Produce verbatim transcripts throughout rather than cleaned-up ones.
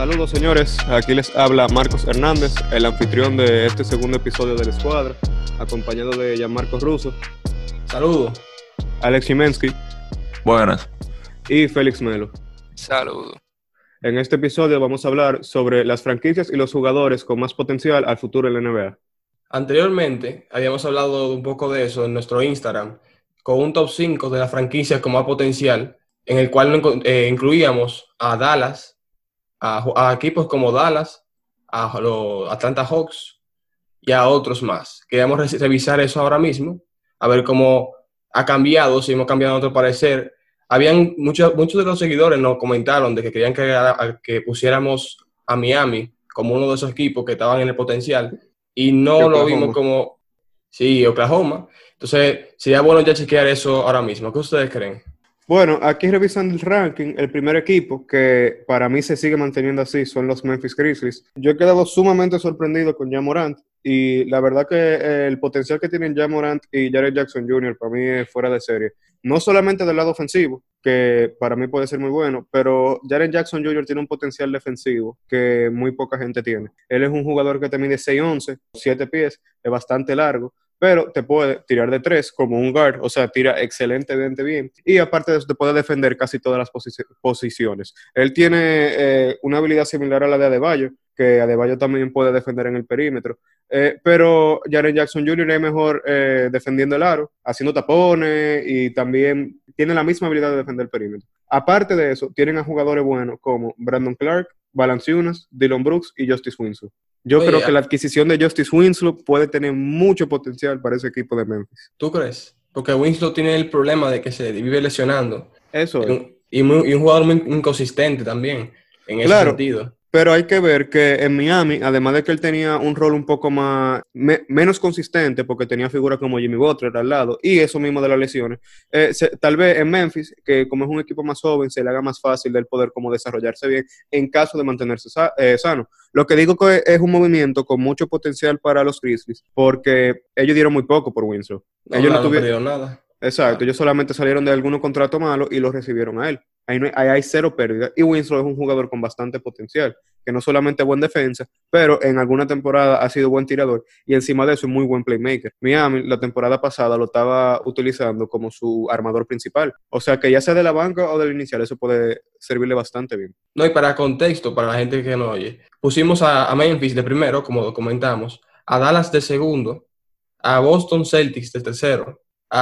Saludos señores, aquí les habla Marcos Hernández, el anfitrión de este segundo episodio de La Escuadra, acompañado de Gianmarco Russo. Saludos. Alex Chimensky. Buenas. Y Félix Melo. Saludos. En este episodio vamos a hablar sobre las franquicias y los jugadores con más potencial al futuro en la N B A. Anteriormente habíamos hablado un poco de eso en nuestro Instagram, con un top cinco de las franquicias con más potencial, en el cual eh, incluíamos a Dallas, a, a equipos como Dallas, a los Atlanta Hawks y a otros más. Queríamos re- revisar eso ahora mismo, a ver cómo ha cambiado, si hemos cambiado nuestro parecer. Habían muchos, muchos de los seguidores nos comentaron de que querían que, a, que pusiéramos a Miami como uno de esos equipos que estaban en el potencial y no lo vimos como, sí, Oklahoma. Entonces, sería bueno ya chequear eso ahora mismo. ¿Qué ustedes creen? Bueno, aquí revisando el ranking, el primer equipo que para mí se sigue manteniendo así son los Memphis Grizzlies. Yo he quedado sumamente sorprendido con Ja Morant y la verdad que el potencial que tienen Ja Morant y Jaren Jackson junior para mí es fuera de serie. No solamente del lado ofensivo, que para mí puede ser muy bueno, pero Jaren Jackson junior tiene un potencial defensivo que muy poca gente tiene. Él es un jugador que te mide seis once, siete pies, es bastante largo, pero te puede tirar de tres como un guard, o sea, tira excelentemente bien, y aparte de eso te puede defender casi todas las posi- posiciones. Él tiene eh, una habilidad similar a la de Adebayo, que Adebayo también puede defender en el perímetro, eh, pero Jaren Jackson junior es mejor eh, defendiendo el aro, haciendo tapones, y también tiene la misma habilidad de defender el perímetro. Aparte de eso, tienen a jugadores buenos como Brandon Clark, Valanciunas, Dillon Brooks y Justice Winslow. Yo Oye, creo que la adquisición de Justice Winslow puede tener mucho potencial para ese equipo de Memphis. ¿Tú crees? Porque Winslow tiene el problema de que se vive lesionando. Eso es. Un- y, muy, y un jugador muy inconsistente también, en ese Claro, sentido. pero hay que ver que en Miami, además de que él tenía un rol un poco más me, menos consistente, porque tenía figuras como Jimmy Butler al lado, y eso mismo de las lesiones, eh, se, tal vez en Memphis, que como es un equipo más joven, se le haga más fácil del poder como desarrollarse bien en caso de mantenerse sa eh, sano. Lo que digo que es un movimiento con mucho potencial para los Grizzlies, porque ellos dieron muy poco por Winslow. No, Ellos claro, no no tuvieron... perdió nada. Exacto, Claro. ellos solamente salieron de algunos contratos malos y los recibieron a él. Ahí, no hay, ahí hay cero pérdida. Y Winslow es un jugador con bastante potencial, que no solamente es buen defensa, pero en alguna temporada ha sido buen tirador y encima de eso es muy buen playmaker. Miami la temporada pasada lo estaba utilizando como su armador principal. O sea que ya sea de la banca o del inicial, eso puede servirle bastante bien. No, y para contexto, para la gente que no oye, pusimos a, a Memphis de primero, como comentamos, a Dallas de segundo, a Boston Celtics de tercero,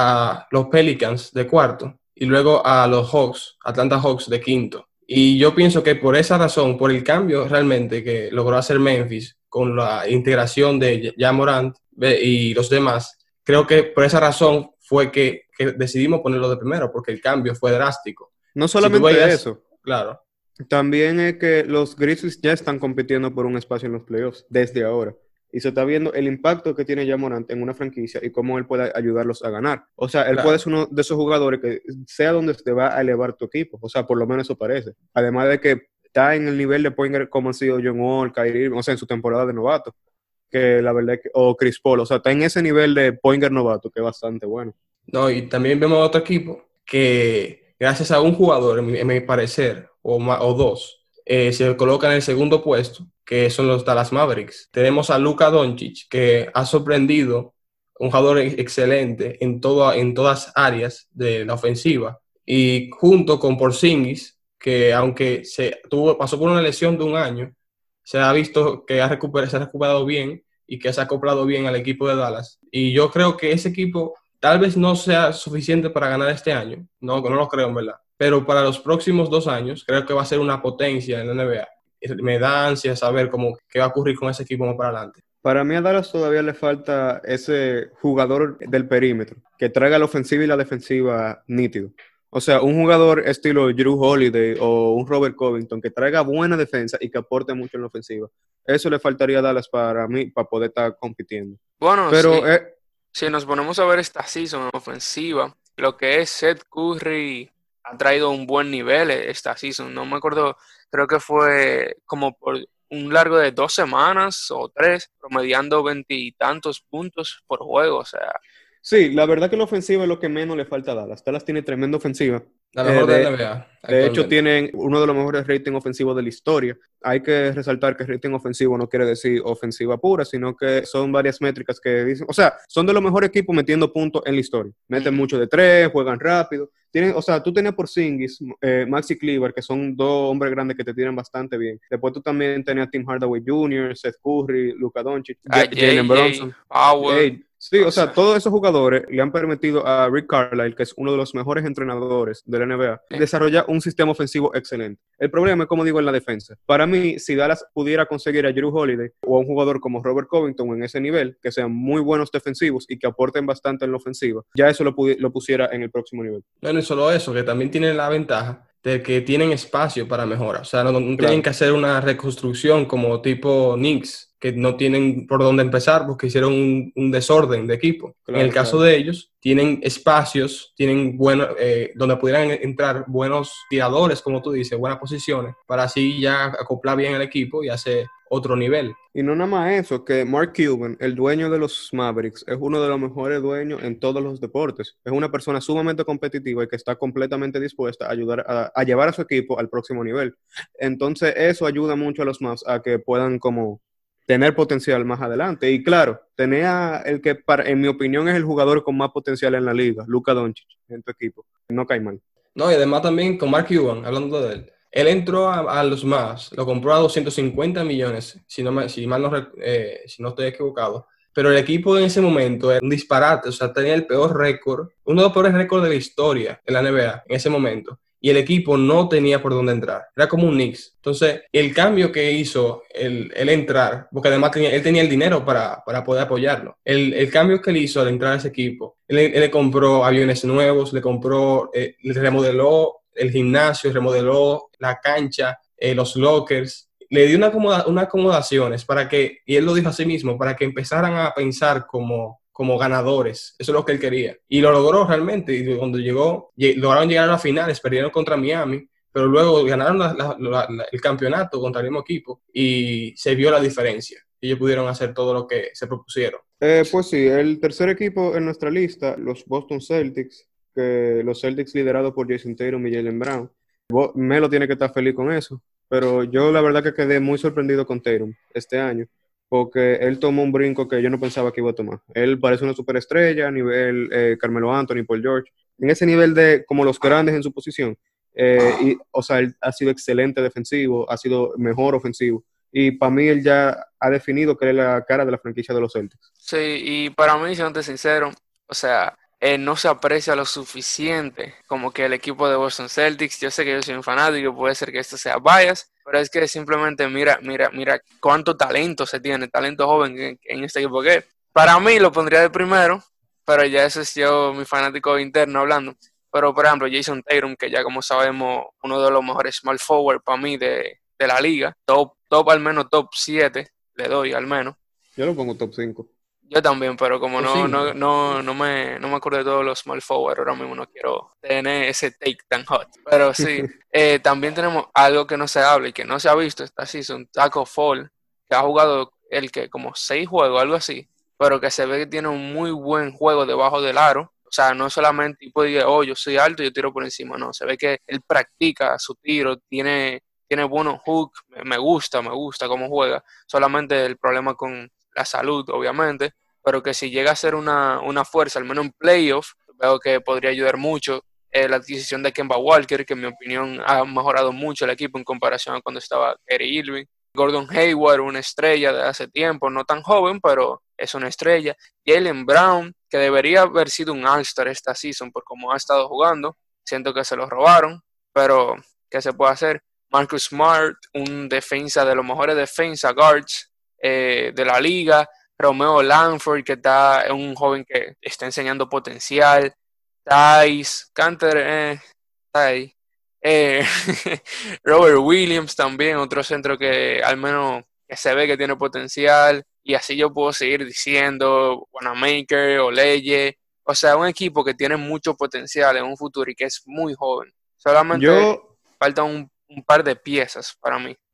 a los Pelicans de cuarto y luego a los Hawks, Atlanta Hawks de quinto. Y yo pienso que por esa razón, por el cambio realmente que logró hacer Memphis con la integración de Ja Morant y los demás, creo que por esa razón fue que, que decidimos ponerlo de primero, porque el cambio fue drástico. No Si tú solamente veías, eso, claro. también es que los Grizzlies ya están compitiendo por un espacio en los playoffs desde ahora. Y se está viendo el impacto que tiene Ja Morant en una franquicia y cómo él puede ayudarlos a ganar. O sea, él Claro. puede ser uno de esos jugadores que sea donde te va a elevar tu equipo. O sea, por lo menos eso parece. Además de que está en el nivel de point guard como han sido John Wall, Kyrie Irving, o sea, en su temporada de novato. Que la verdad es que, o Chris Paul. O sea, está en ese nivel de point guard novato que es bastante bueno. No, y también vemos otro equipo que, gracias a un jugador, en mi, en mi parecer, o, ma, o dos, eh, se coloca en el segundo puesto, que son los Dallas Mavericks. Tenemos a Luka Doncic, que ha sorprendido, un jugador excelente en, todo, en todas áreas de la ofensiva. Y junto con Porzingis, que aunque se tuvo, pasó por una lesión de un año, se ha visto que ha recuperado, se ha recuperado bien y que se ha acoplado bien al equipo de Dallas. Y yo creo que ese equipo tal vez no sea suficiente para ganar este año, no, no lo creo en verdad, pero para los próximos dos años creo que va a ser una potencia en la N B A. Me da ansia saber cómo, qué va a ocurrir con ese equipo más para adelante. Para mí a Dallas todavía le falta ese jugador del perímetro que traiga la ofensiva y la defensiva nítido. O sea, un jugador estilo Jrue Holiday o un Robert Covington que traiga buena defensa y que aporte mucho en la ofensiva. Eso le faltaría a Dallas para mí, para poder estar compitiendo. Bueno, Pero sí, eh, si nos ponemos a ver esta season ofensiva, lo que es Seth Curry ha traído un buen nivel esta season. No me acuerdo, creo que fue como por un largo de dos semanas o tres, promediando veintitantos puntos por juego. O sea, sí, la verdad que la ofensiva es lo que menos le falta a Dallas. Dallas tiene tremenda ofensiva, La Eh, mejor de la de, N B A de hecho, actualmente. tienen uno de los mejores ratings ofensivos de la historia. Hay que resaltar que rating ofensivo no quiere decir ofensiva pura, sino que son varias métricas que dicen, o sea, son de los mejores equipos metiendo puntos en la historia. Meten Mm. mucho de tres, juegan rápido. Tienen, o sea, tú tenías por Porzingis, eh, Maxi Kleber, que son dos hombres grandes que te tiran bastante bien. Después tú también tenías Tim Hardaway junior, Seth Curry, Luka Doncic, A Ja- Jalen J J, Brunson. Powell, Hey, sí, o o sea, sea, todos esos jugadores le han permitido a Rick Carlisle, que es uno de los mejores entrenadores de la N B A, eh, desarrollar un sistema ofensivo excelente. El problema es, como digo, en la defensa. Para mí, si Dallas pudiera conseguir a Jrue Holiday o a un jugador como Robert Covington en ese nivel, que sean muy buenos defensivos y que aporten bastante en la ofensiva, ya eso lo, pudi- lo pusiera en el próximo nivel. No, no es solo eso, que también tienen la ventaja de que tienen espacio para mejora. O sea, no, no tienen Claro, que hacer una reconstrucción como tipo Knicks, que no tienen por dónde empezar porque hicieron un, un desorden de equipo. En el claro, caso claro. de ellos, tienen espacios, tienen bueno, eh, donde pudieran entrar buenos tiradores, como tú dices, buenas posiciones, para así ya acoplar bien el equipo y hacer otro nivel. Y no nada más eso, que Mark Cuban, el dueño de los Mavericks, es uno de los mejores dueños en todos los deportes. Es una persona sumamente competitiva y que está completamente dispuesta a ayudar a, a llevar a su equipo al próximo nivel. Entonces, eso ayuda mucho a los Mavs a que puedan como tener potencial más adelante. Y claro, tenía el que, para, en mi opinión, es el jugador con más potencial en la liga, Luka Doncic, en tu equipo. No cae mal. No, y además también con Mark Cuban, hablando de él. Él entró a, a los Mavs, lo compró a doscientos cincuenta millones, si no, me, si, mal no, rec- eh, si no estoy equivocado. Pero el equipo en ese momento era un disparate, o sea, tenía el peor récord, uno de los peores récords de la historia en la N B A en ese momento. Y el equipo no tenía por dónde entrar, era como un Knicks. Entonces, el cambio que hizo el, el entrar, porque además tenía, él tenía el dinero para, para poder apoyarlo, el, el cambio que él hizo al entrar a ese equipo, él, él le compró aviones nuevos, le compró, eh, le remodeló el gimnasio, remodeló la cancha, eh, los lockers, le dio una acomoda, unas acomodaciones para que, y él lo dijo a sí mismo, para que empezaran a pensar como, como ganadores. Eso es lo que él quería. Y lo logró realmente. Y cuando llegó, lleg lograron llegar a las finales, perdieron contra Miami, pero luego ganaron la, la, la, la, el campeonato contra el mismo equipo y se vio la diferencia. Ellos pudieron hacer todo lo que se propusieron. Eh, pues sí, el tercer equipo en nuestra lista, los Boston Celtics, que los Celtics liderados por Jason Tatum y Jaylen Brown. Bo- Melo tiene que estar feliz con eso, pero yo la verdad que quedé muy sorprendido con Tatum este año, porque él tomó un brinco que yo no pensaba que iba a tomar. Él parece una superestrella a nivel eh, Carmelo Anthony, Paul George, en ese nivel de como los grandes en su posición. Eh, y, o sea, él ha sido excelente defensivo, ha sido mejor ofensivo. Y para mí él ya ha definido que él es la cara de la franquicia de los Celtics. sí, y para mí, siendo sincero, o sea, eh, no se aprecia lo suficiente como que el equipo de Boston Celtics. Yo sé que yo soy un fanático, puede ser que esto sea bias, pero es que simplemente mira, mira, mira cuánto talento se tiene, talento joven en, en este equipo que para mí lo pondría de primero, pero ya eso es yo, mi fanático interno hablando. Pero por ejemplo, Jason Tatum, que ya como sabemos, uno de los mejores small forward para mí de, de la liga, top, top al menos top siete le doy al menos. Yo lo pongo top cinco. Yo también, pero como Los no, no, cinco. no, no me, no me acuerdo de todos los small forward, ahora mismo no quiero tener ese take tan hot. Pero sí, eh, también tenemos algo que no se habla y que no se ha visto esta season, Taco Fall, que ha jugado el que como seis juegos, algo así, pero que se ve que tiene un muy buen juego debajo del aro. O sea, no solamente tipo de, oh, yo soy alto y yo tiro por encima, no, se ve que él practica su tiro, tiene, tiene buenos hooks, me gusta, me gusta cómo juega. Solamente el problema con la salud, obviamente, pero que si llega a ser una, una fuerza, al menos en playoff, veo que podría ayudar mucho. Eh, la adquisición de Kemba Walker, que en mi opinión ha mejorado mucho el equipo en comparación a cuando estaba Kyrie Irving. Gordon Hayward, una estrella de hace tiempo, no tan joven, pero es una estrella. Jaylen Brown, que debería haber sido un All-Star esta season por cómo ha estado jugando. Siento que se lo robaron, pero ¿qué se puede hacer? Marcus Smart, un defensa de los mejores defensa guards eh, de la liga. Romeo Langford, que está, es un joven que está enseñando potencial. Thais, Canter, eh, está ahí. Eh, Robert Williams también, otro centro que al menos que se ve que tiene potencial. Y así yo puedo seguir diciendo, Wanamaker, Oleye. O sea, un equipo que tiene mucho potencial en un futuro y que es muy joven. Solamente Yo, faltan un, un par de piezas para mí.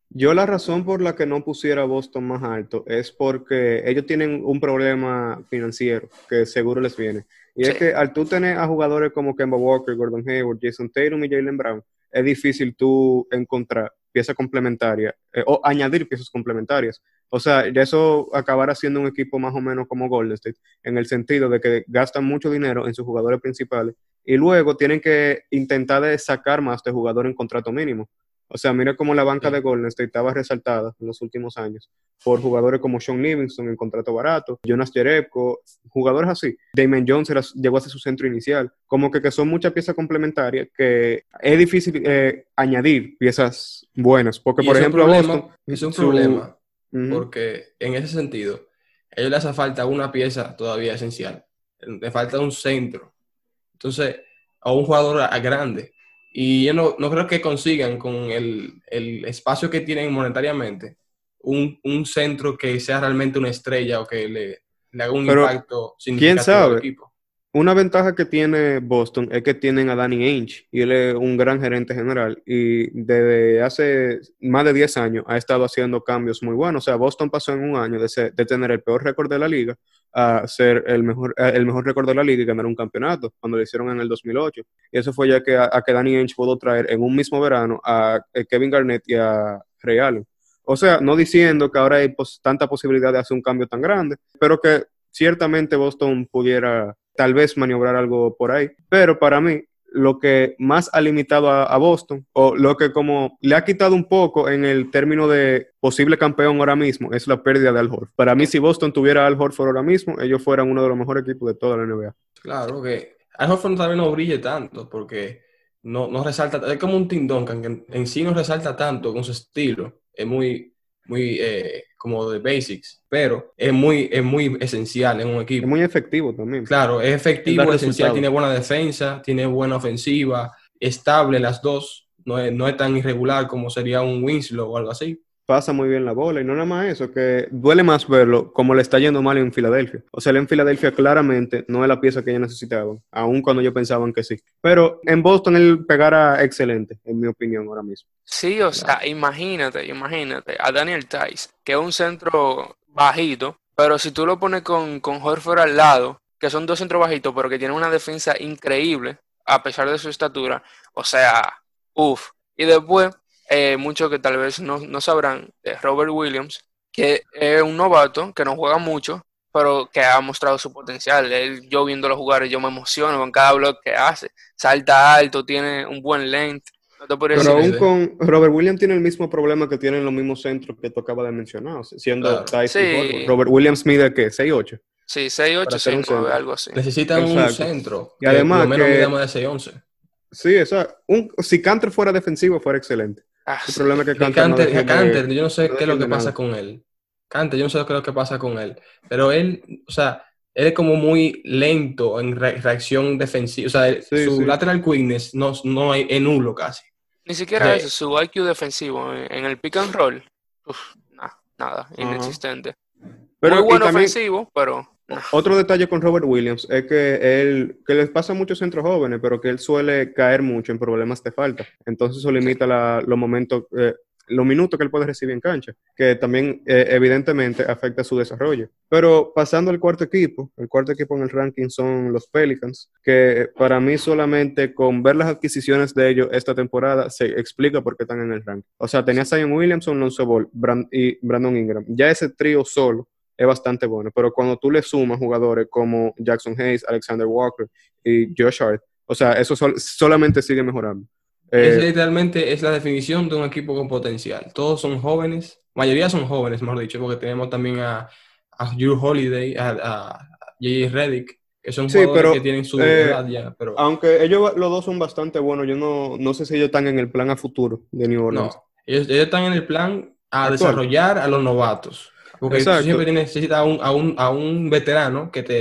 Yo la razón por la que no pusiera a Boston más alto es porque ellos tienen un problema financiero que seguro les viene. Y Sí, es que al tú tener a jugadores como Kemba Walker, Gordon Hayward, Jason Tatum y Jaylen Brown, es difícil tú encontrar piezas complementarias eh, o añadir piezas complementarias. O sea, ya eso acabará siendo un equipo más o menos como Golden State, en el sentido de que gastan mucho dinero en sus jugadores principales y luego tienen que intentar de sacar más de jugadores en contrato mínimo. O sea, mira cómo la banca de Sí. Golden State estaba resaltada en los últimos años por jugadores como Sean Livingston en contrato barato, Jonas Jerebko, jugadores así. Damon Jones era- llegó a ser su centro inicial. Como que, que son muchas piezas complementarias que es difícil eh, añadir piezas buenas. Porque, Y por es un ejemplo, a Boston, problema, es un su... problema, Ujú. porque en ese sentido, a ellos les hace falta una pieza todavía esencial. Le falta un centro. Entonces, a un jugador a- grande. Y yo no, no creo que consigan con el, el espacio que tienen monetariamente un, un centro que sea realmente una estrella o que le, le haga un Pero, impacto ¿quién significativo al sabe? equipo. Una ventaja que tiene Boston es que tienen a Danny Ainge y él es un gran gerente general y desde hace más de diez años ha estado haciendo cambios muy buenos. O sea, Boston pasó en un año de, ser- de tener el peor récord de la liga a ser el mejor, eh, el mejor récord de la liga y ganar un campeonato cuando lo hicieron en el dos mil ocho. Y eso fue ya que a, a que Danny Ainge pudo traer en un mismo verano a eh, Kevin Garnett y a Ray Allen. O sea, no diciendo que ahora hay pos- tanta posibilidad de hacer un cambio tan grande, pero que ciertamente Boston pudiera tal vez maniobrar algo por ahí, pero para mí lo que más ha limitado a, a Boston, o lo que como le ha quitado un poco en el término de posible campeón ahora mismo, es la pérdida de Al Horford. Para mí, sí. si Boston tuviera a Al Horford ahora mismo, ellos fueran uno de los mejores equipos de toda la N B A. Claro que Al Horford tal vez no brille tanto porque no, no resalta, es como un Tim Duncan que en, en sí no resalta tanto con su estilo, es muy, muy eh, como de basics, pero es muy, es muy esencial en un Es equipo. muy efectivo también. Claro, es Él da efectivo, esencial, tiene resultados. buena defensa, tiene buena ofensiva, estable las dos, no es, no es tan irregular como sería un Winslow o algo así. Pasa muy bien la bola y no nada más eso, que duele más verlo como le está yendo mal en Filadelfia. O sea, él en Filadelfia claramente no es la pieza que ellos necesitaban, aun cuando ellos pensaban que sí. Pero en Boston él pegara excelente, en mi opinión, ahora mismo. Sí, o sea, Claro. imagínate, imagínate a Daniel Tice, que es un centro bajito, pero si tú lo pones con, con Horford al lado, que son dos centros bajitos, pero que tienen una defensa increíble, a pesar de su estatura, o sea, uff. Y después, eh, muchos que tal vez no, no sabrán, de Robert Williams, que es un novato, que no juega mucho, pero que ha mostrado su potencial. Él, yo viéndolo jugar, yo me emociono con cada bloque que hace. Salta alto, tiene un buen length. No te podría Pero decir aún Humilde, con Robert Williams tiene el mismo problema que tienen los mismos centros que tú acabas de mencionar, o sea, siendo claro. Tice y Horford. sí, Robert Williams mide, ¿qué? seis ocho sí, seis para ocho ser seis un nueve centro. algo así. Necesitan un Exacto. centro Y que por lo además menos mida que, más de seis once. sí, o sea, un, si Canter fuera defensivo, fuera excelente. Ah, El sí. problema es que Que Canter no Canter, defiende, Canter, yo no sé no qué es lo que defiende pasa nada. con él. Canter, yo no sé qué es lo que pasa con él. Pero él, o sea, él es como muy lento en re- reacción defensiva. O sea, él- Sí, su sí. lateral quickness no, no hay, es nulo casi. Ni O siquiera sea, eso, su I Q defensivo en, en el pick and roll, uf, nah, nada, Ajá. inexistente. Muy Pero, y bueno también, ofensivo, pero nah. o- otro detalle con Robert Williams es que él, que les pasa a muchos centros jóvenes, pero que él suele caer mucho en problemas de falta. Entonces eso Sí. limita la- los momentos, eh, los minutos que él puede recibir en cancha, que también eh, evidentemente afecta su desarrollo. Pero pasando al cuarto equipo, el cuarto equipo en el ranking son los Pelicans, que para mí solamente con ver las adquisiciones de ellos esta temporada se explica por qué están en el ranking. O sea, tenía Zion Williamson, Lonzo Ball Brand- y Brandon Ingram. Ya ese trío solo es bastante bueno, pero cuando tú le sumas jugadores como Jackson Hayes, Alexander Walker y Josh Hart, o sea, eso sol- solamente sigue mejorando. es Eh, literalmente es la definición de un equipo con potencial. Todos son jóvenes, mayoría son jóvenes, mejor dicho, porque tenemos también a, a Jrue Holiday, a, a J J Redick, que son sí, jugadores que pero tienen su eh, edad ya, pero aunque ellos los dos son bastante buenos, yo no, no sé si ellos están en el plan a futuro de New Orleans. no. Ellos, ellos están en el plan a Actual. desarrollar a los novatos, porque tú siempre Exacto. tienes, necesitas a un, a un, a un veterano que te,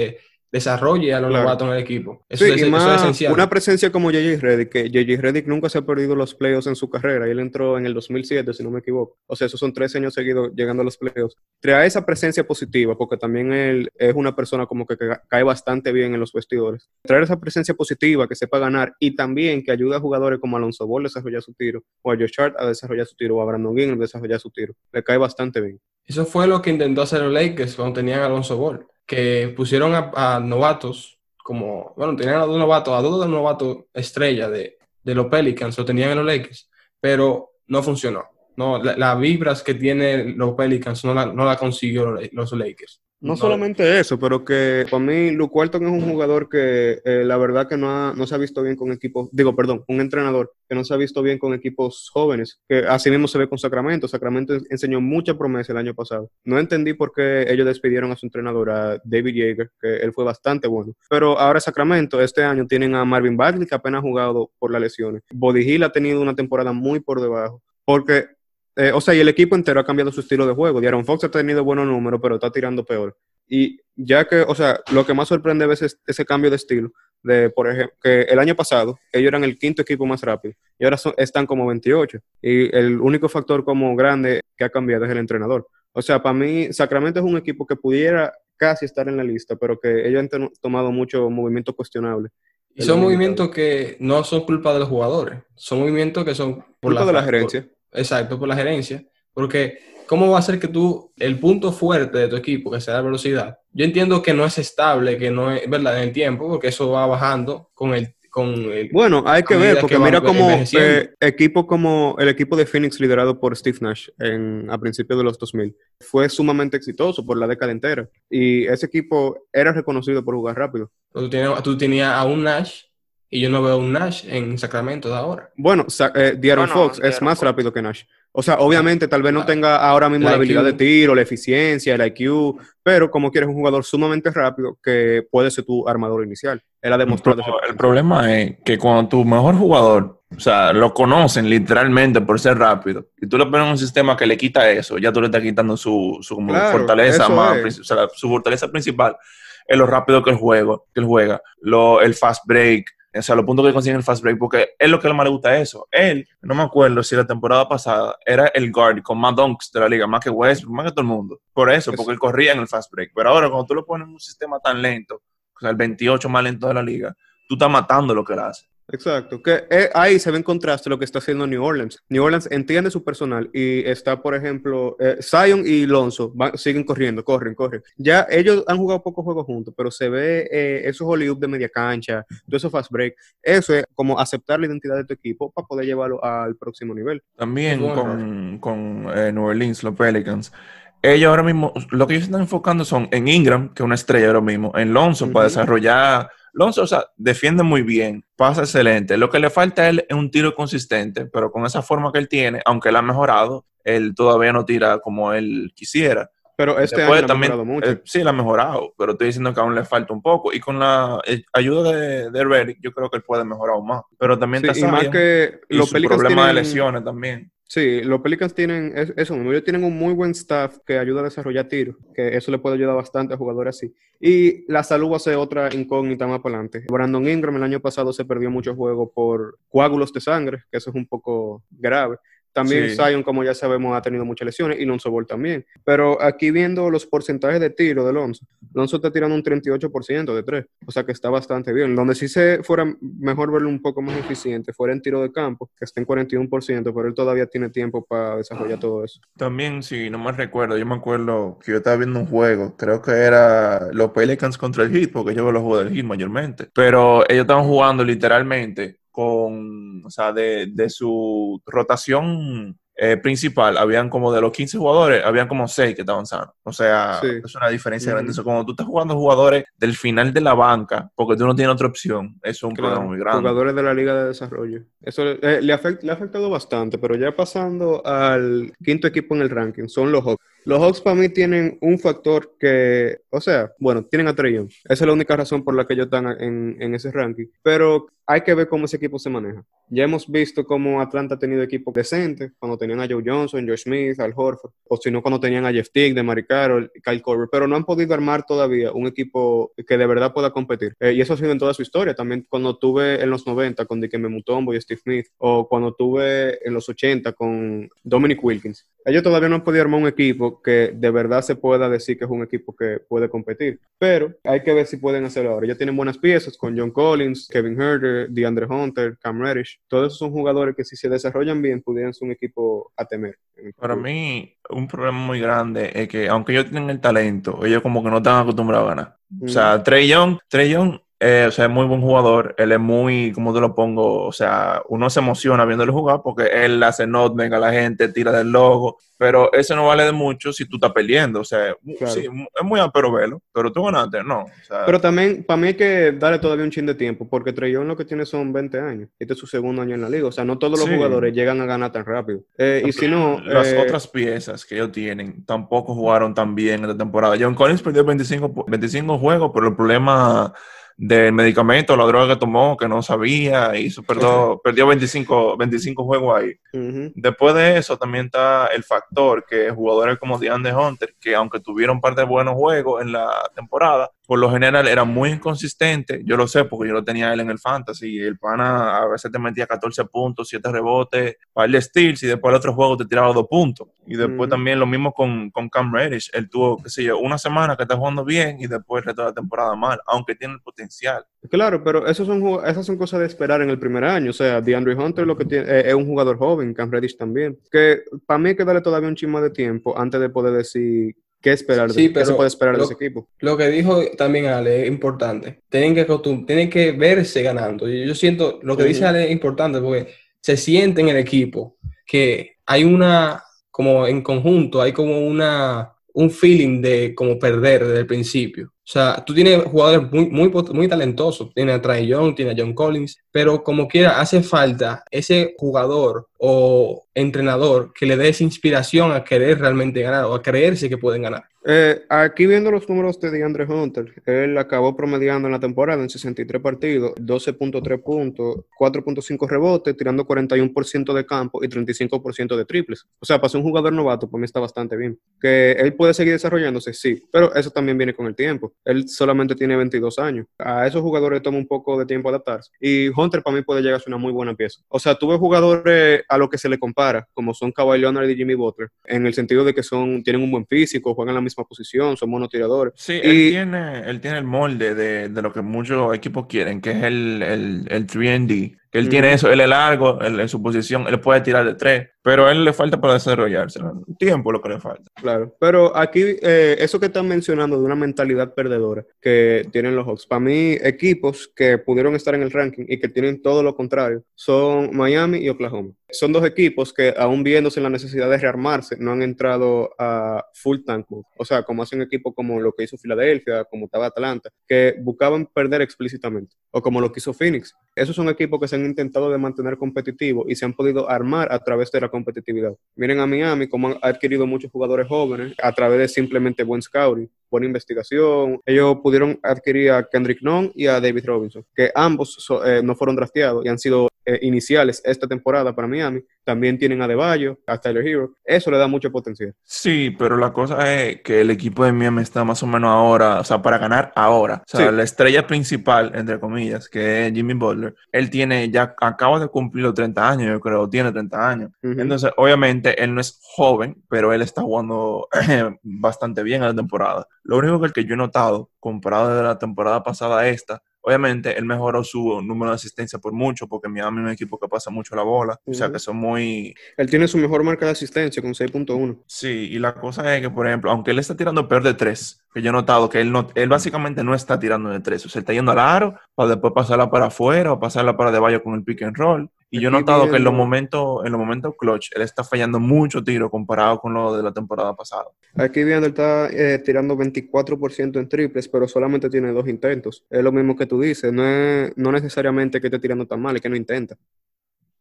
desarrolle a los Claro. novatos en el equipo. Eso, Sí, es, y eso más es esencial. una presencia como J J Redick, que J J Redick nunca se ha perdido los playoffs en su carrera, y él entró en el dos mil siete, si no me equivoco. O sea, esos son tres años seguidos llegando a los playoffs. Trae esa presencia positiva, porque también él es una persona como que ca- cae bastante bien en los vestidores. Traer esa presencia positiva, que sepa ganar, y también que ayude a jugadores como Alonso Ball a desarrollar su tiro, o a Josh Hart a desarrollar su tiro, o a Brandon Ingram a desarrollar su tiro. Le cae bastante bien. Eso fue lo que intentó hacer los Lakers cuando tenían a Alonso Ball, que pusieron a, a novatos como, bueno, tenían a dos novatos, a dos de los novatos estrella de, de los Pelicans, lo tenían en los Lakers, pero no funcionó. No, la- las vibras que tienen los Pelicans no la, no la consiguió los, los Lakers. No No, solamente eso, pero que para mí Luke Walton es un jugador que eh, la verdad que no, ha- no se ha visto bien con equipos, digo, perdón, un entrenador que no se ha visto bien con equipos jóvenes, que así mismo se ve con Sacramento. Sacramento enseñó mucha promesa el año pasado. No entendí por qué ellos despidieron a su entrenador, a David Yeager, que él fue bastante bueno. Pero ahora Sacramento, este año tienen a Marvin Bagley, que apenas ha jugado por las lesiones. Body Hill ha tenido una temporada muy por debajo, porque eh, o sea, y el equipo entero ha cambiado su estilo de juego. De'Aaron Fox ha tenido buenos números, pero está tirando peor. Y ya que, o sea, lo que más sorprende a veces es ese cambio de estilo. De, por ejemplo, que el año pasado ellos eran el quinto equipo más rápido y ahora son- están como veintiocho. Y el único factor como grande que ha cambiado es el entrenador. O sea, para mí, Sacramento es un equipo que pudiera casi estar en la lista, pero que ellos han ten- tomado muchos movimientos cuestionables. y en lo son limitado. movimientos que no son culpa de los jugadores, son movimientos que son por Culpa la, de la fra- gerencia. por- exacto, por la gerencia, porque ¿cómo va a ser que tú, el punto fuerte de tu equipo, que sea la velocidad, yo entiendo que no es estable, que no es verdad en el tiempo, porque eso va bajando con el, con el, Bueno, hay a que ver, medida que porque van mira como envejeciendo. eh, equipo como el equipo de Phoenix liderado por Steve Nash en, a principios de los dos mil fue sumamente exitoso por la década entera. Y ese equipo era reconocido por jugar rápido. Tú tenías, tú tenías a un Nash y yo no veo un Nash en Sacramento de ahora. Bueno, Sa- eh, De'Aaron Bueno, Fox es De'Aaron más Fox. rápido que Nash. O sea, Ah, obviamente tal vez no la- tenga ahora mismo el la habilidad de I Q. tiro, la eficiencia, el I Q, pero como quieres un jugador sumamente rápido que puede ser tu armador inicial. Él ha demostrado ese Pero el potencial. problema es que cuando tu mejor jugador, o sea, lo conocen literalmente por ser rápido, y tú le pones un sistema que le quita eso, ya tú le estás quitando su, su como Claro, fortaleza eso más, es. princi- o sea, la- su fortaleza principal es lo rápido que él juega, que él juega, lo, el fast break, o sea, los puntos que consigue el fast break, porque es lo que más le gusta eso. Él, no me acuerdo si la temporada pasada era el guard con más dunks de la liga, más que Westbrook, más que todo el mundo. Por eso, Es- porque él corría en el fast break. Pero ahora, cuando tú lo pones en un sistema tan lento, o sea, el veintiocho más lento de la liga, tú estás matando lo que él hace. Exacto, que eh, ahí se ve en contraste lo que está haciendo New Orleans. New Orleans entiende su personal y está, por ejemplo, eh, Zion y Lonzo van- siguen corriendo, corren, corren. Ya ellos han jugado pocos juegos juntos, pero se ve eh, esos Hollywood de media cancha, todo eso fast break. Eso es como aceptar la identidad de tu equipo para poder llevarlo al próximo nivel. También Es un con, con eh, New Orleans, los Pelicans. Ellos ahora mismo, lo que ellos están enfocando son en Ingram, que es una estrella ahora mismo, en Lonzo para Ujú. desarrollar. Lonzo, o sea, defiende muy bien, pasa excelente. Lo que le falta a él es un tiro consistente, pero con esa forma que él tiene, aunque él ha mejorado, él todavía no tira como él quisiera. Pero este Después año lo ha también, mejorado mucho. eh, sí, él ha mejorado, pero estoy diciendo que aún le falta un poco. Y con la eh, ayuda de, de Redick, yo creo que él puede mejorar aún más. Pero también Sí, está y más Zion que y los su Pelicans problema de tienen, lesiones también. sí, los Pelicans tienen es- eso mismo, ellos tienen un muy buen staff que ayuda a desarrollar tiros, que eso le puede ayudar bastante a jugadores así. Y la salud va a ser otra incógnita más para adelante. Brandon Ingram el año pasado se perdió muchos juegos por coágulos de sangre, que eso es un poco grave. También Sí. Zion, como ya sabemos, ha tenido muchas lesiones y Lonzo Ball también. Pero aquí viendo los porcentajes de tiro de Lonzo, Lonzo está tirando un treinta y ocho por ciento de tres, o sea que está bastante bien. Donde sí se fuera mejor verlo un poco más eficiente fuera en tiro de campo, que está en cuarenta y uno por ciento, pero él todavía tiene tiempo para desarrollar todo eso. También, si no me recuerdo, yo me acuerdo que yo estaba viendo un juego, creo que era los Pelicans contra el Heat, porque yo veo los juegos del Heat mayormente, pero ellos estaban jugando literalmente con, o sea, de, de su rotación eh, principal, habían como de los quince jugadores, habían como seis que estaban sanos. O sea, Sí. es una diferencia Ujú. grande. Eso, cuando tú estás jugando jugadores del final de la banca, porque tú no tienes otra opción, eso es un Claro, problema muy grande. jugadores de la Liga de Desarrollo. Eso eh, le, afect- le ha afectado bastante, pero ya pasando al quinto equipo en el ranking, son los Hawks. Los Hawks para mí tienen un factor que, o sea, bueno, tienen a Trae Young. Esa es la única razón por la que ellos están en, en ese ranking. Pero hay que ver cómo ese equipo se maneja. Ya hemos visto cómo Atlanta ha tenido equipos decentes, cuando tenían a Joe Johnson, Joe Smith, Al Horford, o si no, cuando tenían a Jeff Teague, DeMarre Carroll, Kyle Korver, pero no han podido armar todavía un equipo que de verdad pueda competir. Eh, y eso ha sido en toda su historia. También cuando tuve en los noventa con Dikembe Mutombo y Steve Smith, o cuando tuve en los ochenta con Dominic Wilkins. Ellos todavía no han podido armar un equipo que de verdad se pueda decir que es un equipo que puede competir. Pero hay que ver si pueden hacerlo ahora. Ya tienen buenas piezas con John Collins, Kevin Huerter, DeAndre Hunter, Cam Reddish. Todos esos son jugadores que si se desarrollan bien pudieran ser un equipo a temer. Para mí, un problema muy grande es que aunque ellos tienen el talento, ellos como que no están acostumbrados a ganar. Mm. O sea, Trae Young, Trae Young Eh, o sea, es muy buen jugador, él es muy, ¿cómo te lo pongo? O sea, uno se emociona viéndolo jugar porque él hace nutmeg a la gente, tira del logo, pero eso no vale de mucho si tú estás perdiendo, o sea, claro. Sí, es muy ápero verlo, pero tú ganaste, no. O sea, pero también, para mí hay que darle todavía un chin de tiempo, porque Trae Young lo que tiene son veinte años, este es su segundo año en la liga, o sea, no todos los sí. jugadores llegan a ganar tan rápido, eh, y si no... Las eh, otras piezas que ellos tienen tampoco jugaron tan bien esta temporada. John Collins perdió veinticinco, veinticinco juegos, pero el problema... del medicamento, la droga que tomó, que no sabía, y hizo, perdió, perdió veinticinco, veinticinco juegos ahí. Uh-huh. Después de eso también está el factor que jugadores como DeAndre Hunter, que aunque tuvieron un par de buenos juegos en la temporada, por lo general era muy inconsistente. Yo lo sé porque yo lo tenía él en el fantasy. El pana a veces te metía catorce puntos, siete rebotes, par de steals, y después el otro juego te tiraba dos puntos. Y después uh-huh. también lo mismo con, con Cam Reddish. Él tuvo, qué sé yo, una semana que está jugando bien y después el resto de la temporada mal, aunque tiene el potencial. Claro, pero esos son, esas son cosas de esperar en el primer año. O sea, DeAndre Hunter lo que tiene, eh, es un jugador joven, Cam Reddish también. Que para mí hay que darle todavía un chisme de tiempo antes de poder decir qué esperar, sí, de, qué se puede esperar lo, de ese equipo. Lo que dijo también Ale es importante. Tienen que, tienen que verse ganando. Y yo siento, lo que uh-huh. dice Ale es importante porque se siente en el equipo que hay una, como en conjunto, hay como una, un feeling de como perder desde el principio. O sea, tú tienes jugadores muy, muy, muy talentosos. Tienes a Trae Young, tienes a John Collins, pero como quiera, hace falta ese jugador o entrenador que le dé esa inspiración a querer realmente ganar o a creerse que pueden ganar. Eh, aquí viendo los números de DeAndre Hunter, él acabó promediando en la temporada en sesenta y tres partidos, doce punto tres puntos, cuatro punto cinco rebotes, tirando cuarenta y uno por ciento de campo y treinta y cinco por ciento de triples. O sea, para ser un jugador novato, para mí está bastante bien. Que él puede seguir desarrollándose, sí, pero eso también viene con el tiempo. Él solamente tiene veintidós años. A esos jugadores toma un poco de tiempo adaptarse. Y Hunter para mí puede llegar a ser una muy buena pieza. O sea, tuve jugadores a los que se le compara, como son Kawhi Leonard y Jimmy Butler, en el sentido de que son tienen un buen físico, juegan la misma posición, son buenos tiradores. Sí, y, él, tiene, él tiene el molde de, de lo que muchos equipos quieren, que es el, el, el tres and D. Que él uh-huh. tiene eso, él es largo, él, en su posición, él puede tirar de tres, pero a él le falta para desarrollarse, ¿no? Tiempo lo que le falta. Claro, pero aquí, eh, eso que están mencionando de una mentalidad perdedora que tienen los Hawks, para mí, equipos que pudieron estar en el ranking y que tienen todo lo contrario, son Miami y Oklahoma. Son dos equipos que, aún viéndose en la necesidad de rearmarse, no han entrado a full tank mode. O sea, como hacen equipos como lo que hizo Filadelfia, como estaba Atlanta, que buscaban perder explícitamente, o como lo que hizo Phoenix. Esos son equipos que se han intentado de mantener competitivos y se han podido armar a través de la competitividad. Miren a Miami, como han adquirido muchos jugadores jóvenes a través de simplemente buen scouting, buena investigación. Ellos pudieron adquirir a Kendrick Nunn y a David Robinson, que ambos so, eh, no fueron drafteados y han sido eh, iniciales esta temporada para Miami. También tienen a Adebayo, a Tyler Hero. Eso le da mucho potencial. Sí, pero la cosa es que el equipo de Miami está más o menos ahora, o sea, para ganar ahora. O sea, sí. La estrella principal, entre comillas, que es Jimmy Butler, él tiene, ya acaba de cumplir los treinta años, yo creo, tiene treinta años. Uh-huh. Entonces, obviamente, él no es joven, pero él está jugando bastante bien en la temporada. Lo único que, el que yo he notado, comparado de la temporada pasada a esta, obviamente, él mejoró su número de asistencia por mucho, porque Miami es un equipo que pasa mucho la bola, uh-huh. O sea, que son muy... Él tiene su mejor marca de asistencia con seis punto uno. Sí, y la cosa es que, por ejemplo, aunque él está tirando peor de tres, que yo he notado que él, no, él básicamente no está tirando de tres, o sea, está yendo al aro para después pasarla para afuera o pasarla para Adebayo con el pick and roll. Y yo he notado viendo... que en los momentos en los momentos clutch, él está fallando mucho tiro comparado con lo de la temporada pasada. Aquí viendo, él está eh, tirando veinticuatro por ciento en triples, pero solamente tiene dos intentos. Es lo mismo que tú dices, no es no necesariamente que esté tirando tan mal, es que no intenta.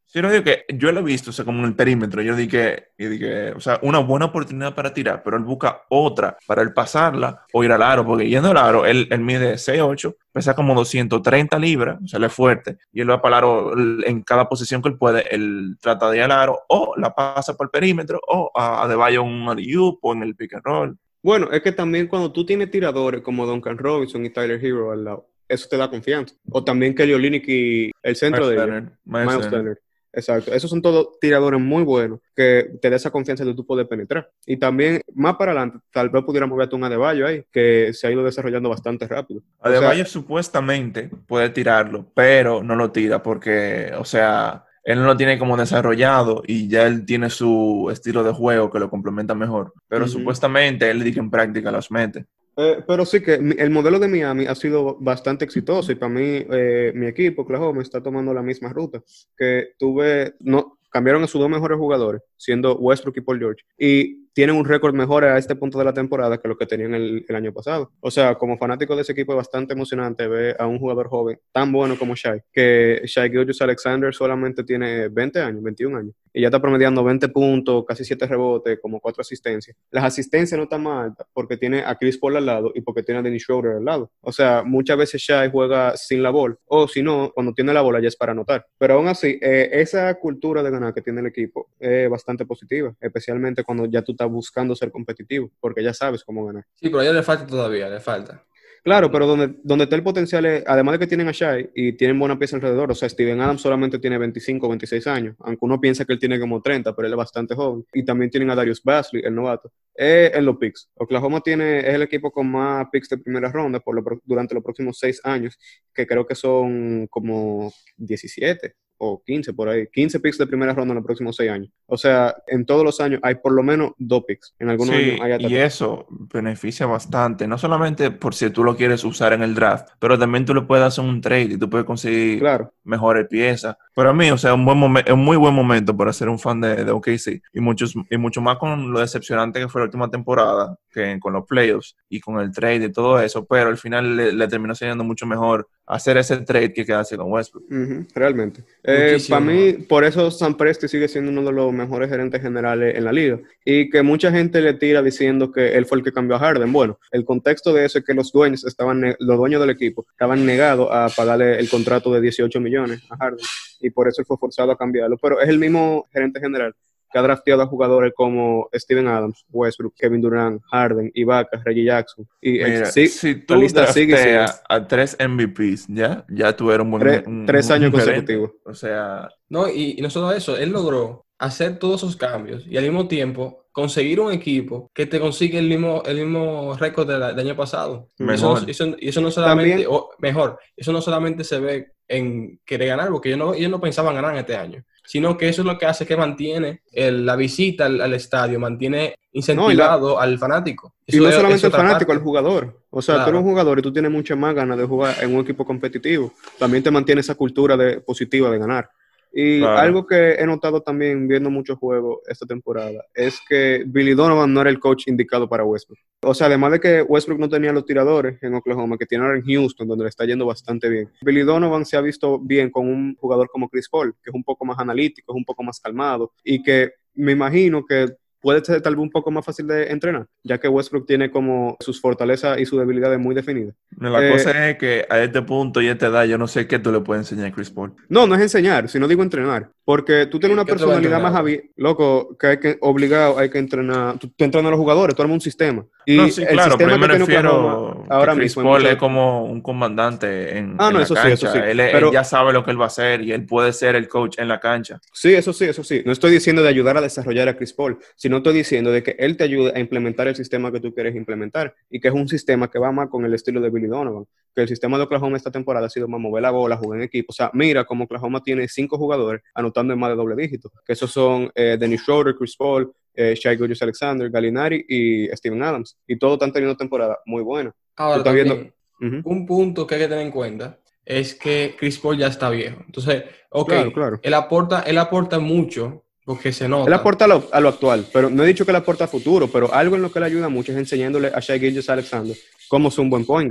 Sí, no digo que yo lo he visto, o sea, como en el perímetro, yo dije, y dije, o sea, una buena oportunidad para tirar, pero él busca otra para él pasarla o ir al aro, porque yendo al aro, él, él mide seis ocho, pesa como doscientas treinta libras, o sea, él es fuerte, y él va para el aro en cada posición que él puede, él trata de ir al aro, o la pasa por el perímetro, o a, a Debayo un alley-oop o en el pick and roll. Bueno, es que también cuando tú tienes tiradores como Duncan Robinson y Tyler Hero al lado, eso te da confianza. O también Kelly Olynyk y el centro Miles de Leonard, ellos, Miles Miles Leonard. Leonard. Exacto. Esos son todos tiradores muy buenos que te da esa confianza de tú poder penetrar. Y también, más para adelante, tal vez pudiéramos ver a un Adebayo ahí, que se ha ido desarrollando bastante rápido. O Adebayo sea, supuestamente puede tirarlo, pero no lo tira porque, o sea, él no lo tiene como desarrollado y ya él tiene su estilo de juego que lo complementa mejor. Pero uh-huh. supuestamente él dice que en práctica los mete. Eh, pero sí que mi, el modelo de Miami ha sido bastante exitoso y para mí eh, mi equipo, Oklahoma, está tomando la misma ruta. Que tuve, no, cambiaron a sus dos mejores jugadores, siendo Westbrook y Paul George, y tienen un récord mejor a este punto de la temporada que lo que tenían el, el año pasado. O sea, como fanático de ese equipo es bastante emocionante ver a un jugador joven tan bueno como Shai, que Shai Gilgeous-Alexander solamente tiene veinte años, veintiún años, y ya está promediando veinte puntos, casi siete rebotes, como cuatro asistencias. Las asistencias no están más altas porque tiene a Chris Paul al lado y porque tiene a Dennis Schroeder al lado. O sea, muchas veces Shai juega sin la bola, o si no, cuando tiene la bola ya es para anotar. Pero aún así, eh, esa cultura de ganar que tiene el equipo es bastante positiva, especialmente cuando ya tú estás buscando ser competitivo, porque ya sabes cómo ganar. Sí, pero a ella le falta todavía, le falta. Claro, pero donde, donde está el potencial es, además de que tienen a Shai y tienen buena pieza alrededor, o sea, Steven Adams solamente tiene veinticinco o veintiséis años, aunque uno piensa que él tiene como treinta, pero él es bastante joven. Y también tienen a Darius Bazley, el novato. Eh, en los picks. Oklahoma tiene, es el equipo con más picks de primera ronda por lo, durante los próximos seis años, que creo que son como diecisiete o quince por ahí, quince picks de primera ronda en los próximos seis años. O sea, en todos los años hay por lo menos dos picks. En algunos Sí, años hay hasta y tres. eso beneficia bastante, no solamente por si tú lo quieres usar en el draft, pero también tú le puedes hacer un trade y tú puedes conseguir Claro. mejores piezas. Para mí, o sea, un buen momen- es un muy buen momento para ser un fan de, de O K C y, muchos, y mucho más con lo decepcionante que fue la última temporada, que con los playoffs y con el trade y todo eso, pero al final le, le terminó siendo mucho mejor hacer ese trade que quedarse con Westbrook. Uh-huh, realmente. Eh, Muchísimo para mí, mejor. por eso Sam Presti sigue siendo uno de los mejores gerentes generales en la liga. Y que mucha gente le tira diciendo que él fue el que cambió a Harden. Bueno, el contexto de eso es que los dueños estaban, ne- los dueños del equipo estaban negados a pagarle el contrato de dieciocho millones a Harden. Y por eso él fue forzado a cambiarlo. Pero es el mismo gerente general que ha drafteado a jugadores como Steven Adams, Westbrook, Kevin Durant, Harden, Ibaka, Reggie Jackson. Y el- Mira, sí, si la tú lista sigue y sigue. drafteas a tres M V Ps, ¿ya? Ya tú eres un buen Tres, un, tres un- años un gerente. consecutivos. O sea, No, y, y no solo eso, él logró hacer todos esos cambios y al mismo tiempo conseguir un equipo que te consigue el mismo, el mismo récord del, del año pasado. Y eso, mejor. no, eso, y eso no solamente, También, o mejor, eso no solamente se ve en querer ganar, porque ellos no, ellos no pensaban ganar en este año, sino que eso es lo que hace que mantiene el- la visita al, al estadio, mantiene no, y, la, incentivado al fanático. y Eso no es, es solamente el otra fanático, el parte. jugador. O sea, tú eres un Claro. jugador y tú tienes muchas más ganas de jugar en un equipo competitivo. También te mantiene esa cultura de, positiva de ganar. Y Claro. algo que he notado también viendo muchos juegos esta temporada es que Billy Donovan no era el coach indicado para Westbrook. O sea, además de que Westbrook no tenía los tiradores en Oklahoma, que tiene ahora en Houston, donde le está yendo bastante bien. Billy Donovan se ha visto bien con un jugador como Chris Paul, que es un poco más analítico, es un poco más calmado y que me imagino que puede ser tal vez un poco más fácil de entrenar, ya que Westbrook tiene como sus fortalezas y sus debilidades muy definidas. La Eh, cosa es que a este punto y a esta edad yo no sé qué tú le puedes enseñar a Chris Paul. No, no es enseñar, sino digo entrenar. Porque tú tienes ¿Qué- una qué otro va a personalidad más entrenar? abierta, loco, que hay que, obligado, hay que entrenar. Tú, tú entrenas a los jugadores, tú armas un sistema. Y No, sí, el claro, pero sistema yo me que tiene Oklahoma refiero que ahora Chris mismo es Paul mucho es de- como un comandante en, Ah, en no, la eso sí, eso cancha. sí. Él, él Pero ya sabe lo que él va a hacer y él puede ser el coach en la cancha. sí, eso sí, eso sí. No estoy diciendo de ayudar a desarrollar a Chris Paul, sino estoy diciendo de que él te ayude a implementar el sistema que tú quieres implementar y que es un sistema que va más con el estilo de Billy Donovan. Que el sistema de Oklahoma esta temporada ha sido más mover la bola, jugar en equipo. O sea, mira como Oklahoma tiene cinco jugadores anotando en más de doble dígito, que esos son eh, Dennis Schroeder, Chris Paul, eh, Shai Gilgeous-Alexander, Gallinari y Steven Adams. Y todos están teniendo temporada muy buena. Tú Ahora estás viendo... también, Ujú. un punto que hay que tener en cuenta es que Chris Paul ya está viejo. Entonces, ok, Claro, claro. él aporta, él aporta mucho porque se Él nota. aporta a lo, a lo actual, pero no he dicho que él aporta a futuro, pero algo en lo que él ayuda mucho es enseñándole a Shai Gilgeous-Alexander cómo ser un buen point guard.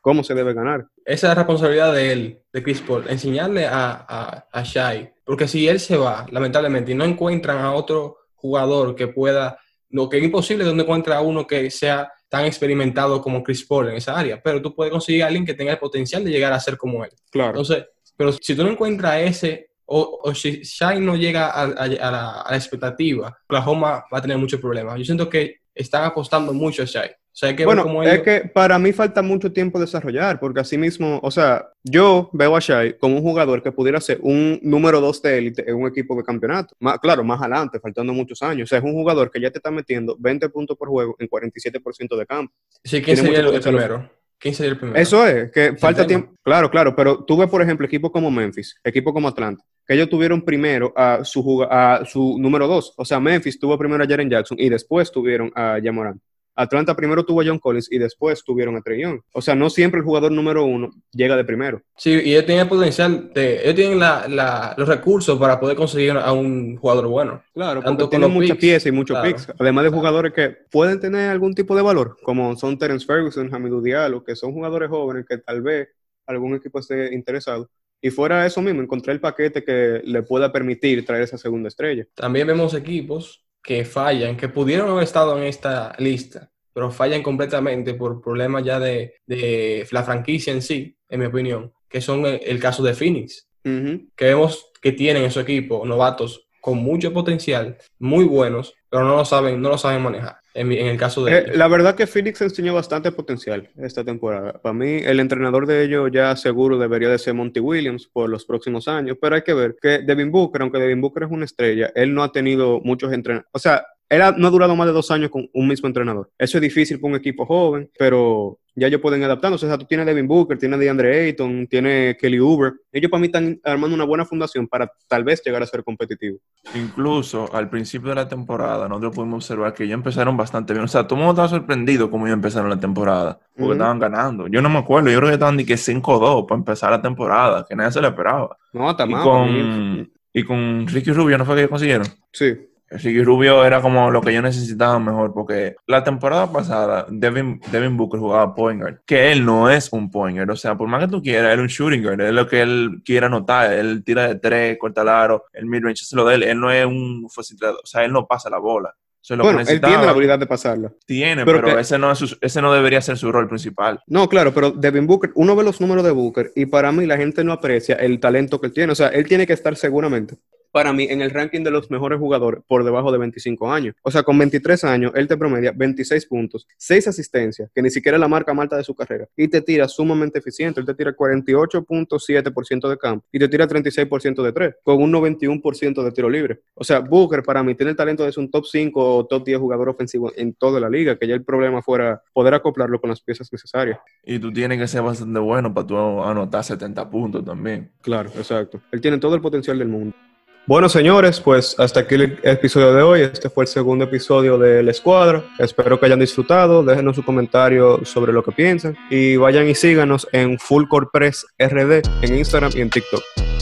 cómo se debe ganar. Esa es la responsabilidad de él, de Chris Paul, enseñarle a, a, a Shai, porque si él se va, lamentablemente, y no encuentran a otro jugador que pueda, lo que es imposible donde encuentra a uno que sea tan experimentado como Chris Paul en esa área, pero tú puedes conseguir a alguien que tenga el potencial de llegar a ser como él. Claro. Entonces, pero si tú no encuentras ese, o, o si Shai no llega a, a, a, la, a la expectativa, Oklahoma va a tener muchos problemas. Yo siento que están apostando mucho a Shai. O sea, hay que bueno, ver cómo es ellos... que para mí falta mucho tiempo desarrollar, porque así mismo, o sea, yo veo a Shai como un jugador que pudiera ser un número dos de élite en un equipo de campeonato. Más, claro, más adelante, faltando muchos años. O sea, es un jugador que ya te está metiendo veinte puntos por juego en cuarenta y siete por ciento de campo. Sí, ¿quién sería el, el primero? ¿Quién sería el primero? Eso es, que falta tiempo. Claro, claro, pero tú ves, por ejemplo, equipos como Memphis, equipos como Atlanta, que ellos tuvieron primero a su, a su número dos. O sea, Memphis tuvo primero a Jaren Jackson y después tuvieron a Ja Morant. Atlanta primero tuvo a John Collins y después tuvieron a Trae Young. O sea, no siempre el jugador número uno llega de primero. Sí, y ellos tienen el potencial, de, ellos tienen la, la, los recursos para poder conseguir a un jugador bueno. Claro, porque tienen muchas piezas y muchos claro, picks. Además de claro. jugadores que pueden tener algún tipo de valor, como son Terence Ferguson, Hamidou Diallo, que son jugadores jóvenes que tal vez algún equipo esté interesado. Y fuera de eso mismo, encontrar el paquete que le pueda permitir traer esa segunda estrella. También vemos equipos que fallan, que pudieron haber estado en esta lista, pero fallan completamente por problemas ya de, de la franquicia en sí, en mi opinión, que son el, el caso de Phoenix, uh-huh. que vemos que tienen en su equipo novatos con mucho potencial, muy buenos, pero no lo saben, no lo saben manejar, en, en el caso de eh, ellos. La verdad que Phoenix enseñó bastante potencial esta temporada. Para mí, el entrenador de ellos ya seguro debería de ser Monty Williams por los próximos años, pero hay que ver que Devin Booker, aunque Devin Booker es una estrella, él no ha tenido muchos entrenadores, o sea, él ha, no ha durado más de dos años con un mismo entrenador. Eso es difícil para un equipo joven, pero ya ellos pueden adaptarse. O sea, tú tienes Devin Booker, tienes DeAndre Ayton, tienes Kelly Oubre. Ellos para mí están armando una buena fundación para tal vez llegar a ser competitivos. Incluso al principio de la temporada nosotros pudimos observar que ellos empezaron bastante bien. O sea, todo el mundo estaba sorprendido cómo ellos empezaron la temporada, porque uh-huh. estaban ganando. Yo no me acuerdo, yo creo que estaban de que cinco dos para empezar la temporada, que nadie se lo esperaba. No, está mal. Con, y con Ricky Rubio, ¿no fue que ellos consiguieron? Sí. Ricky Rubio era como lo que yo necesitaba mejor, porque la temporada pasada Devin, Devin Booker jugaba point guard, que él no es un point guard, o sea, por más que tú quieras, él es un shooting guard, es lo que él quiera anotar, él tira de tres, corta el aro, el midrange es lo de él, él no es un facilitador, o sea, él no pasa la bola. Eso es lo bueno, que él tiene la habilidad de pasarla. Tiene, pero, pero que... ese, no es su, ese no debería ser su rol principal. No, claro, pero Devin Booker, uno ve los números de Booker y para mí la gente no aprecia el talento que él tiene, o sea, él tiene que estar seguramente para mí, en el ranking de los mejores jugadores por debajo de veinticinco años. O sea, con veintitrés años, él te promedia veintiséis puntos, seis asistencias, que ni siquiera es la marca más alta de su carrera, y te tira sumamente eficiente. Él te tira cuarenta y ocho punto siete por ciento de campo y te tira treinta y seis por ciento de tres, con un noventa y uno por ciento de tiro libre. O sea, Booker, para mí, tiene el talento de ser un top cinco o top diez jugador ofensivo en toda la liga, que ya el problema fuera poder acoplarlo con las piezas necesarias. Y tú tienes que ser bastante bueno para tú anotar setenta puntos también. Claro, exacto. Él tiene todo el potencial del mundo. Bueno, señores, pues hasta aquí el episodio de hoy. Este fue el segundo episodio de La Escuadra. Espero que hayan disfrutado. Déjenos su comentario sobre lo que piensan. Y vayan y síganos en Full Court Press R D en Instagram y en TikTok.